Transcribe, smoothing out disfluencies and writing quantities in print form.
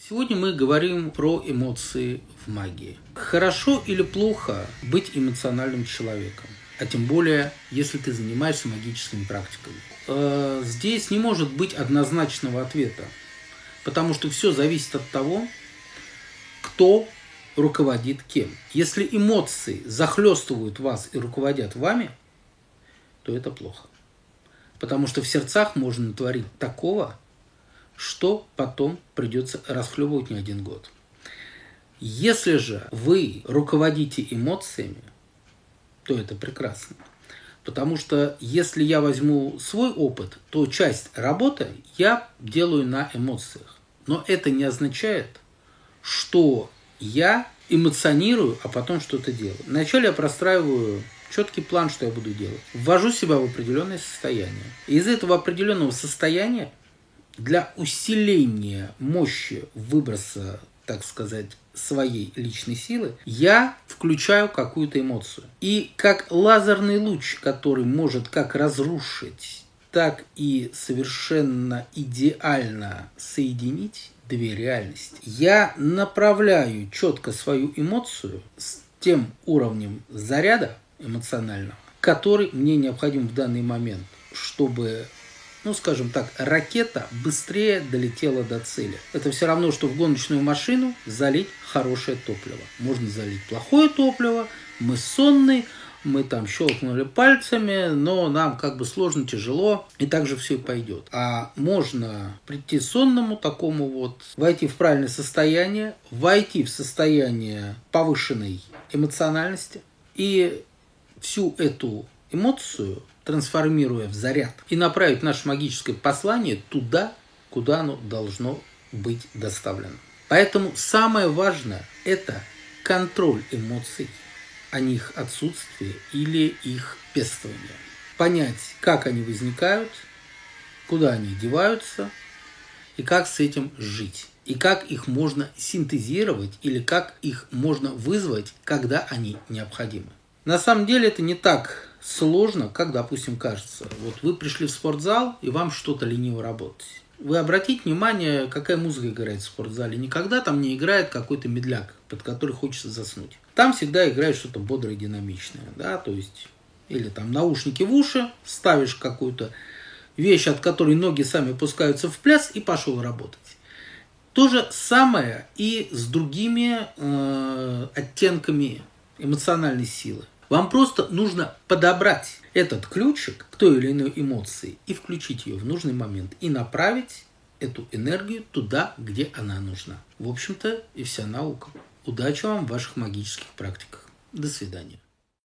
Сегодня мы говорим про эмоции в магии. Хорошо или плохо быть эмоциональным человеком? А тем более, если ты занимаешься магическими практиками. Здесь не может быть однозначного ответа, потому что все зависит от того, кто руководит кем. Если эмоции захлестывают вас и руководят вами, то это плохо. Потому что в сердцах можно натворить такого, что потом придется расхлебывать не один год. Если же вы руководите эмоциями, то это прекрасно. Потому что если я возьму свой опыт, то часть работы я делаю на эмоциях. Но это не означает, что я эмоционирую, а потом что-то делаю. Вначале я простраиваю четкий план, что я буду делать. Ввожу себя в определенное состояние. И из этого определенного состояния для усиления мощи выброса, так сказать, своей личной силы, я включаю какую-то эмоцию. И как лазерный луч, который может как разрушить, так и совершенно идеально соединить две реальности, я направляю четко свою эмоцию с тем уровнем заряда эмоционального, который мне необходим в данный момент, чтобы, скажем так, ракета быстрее долетела до цели. Это все равно, что в гоночную машину залить хорошее топливо. Можно залить плохое топливо, мы сонные, мы там щелкнули пальцами, но нам сложно, тяжело, и так же все и пойдет. А можно прийти сонному такому войти в правильное состояние, войти в состояние повышенной эмоциональности и всю эту эмоцию трансформируя в заряд, и направить наше магическое послание туда, куда оно должно быть доставлено. Поэтому самое важное – это контроль эмоций, а не их отсутствие или их пестование. Понять, как они возникают, куда они деваются, и как с этим жить. И как их можно синтезировать, или как их можно вызвать, когда они необходимы. На самом деле это не так сложно, как, допустим, кажется. Вы пришли в спортзал, и вам что-то лениво работать. Вы обратите внимание, какая музыка играет в спортзале. Никогда там не играет какой-то медляк, под который хочется заснуть. Там всегда играет что-то бодрое и динамичное. Или там наушники в уши, ставишь какую-то вещь, от которой ноги сами пускаются в пляс, и пошел работать. То же самое и с другими оттенками эмоциональной силы. Вам просто нужно подобрать этот ключик к той или иной эмоции и включить ее в нужный момент. И направить эту энергию туда, где она нужна. В общем-то, и вся наука. Удачи вам в ваших магических практиках. До свидания.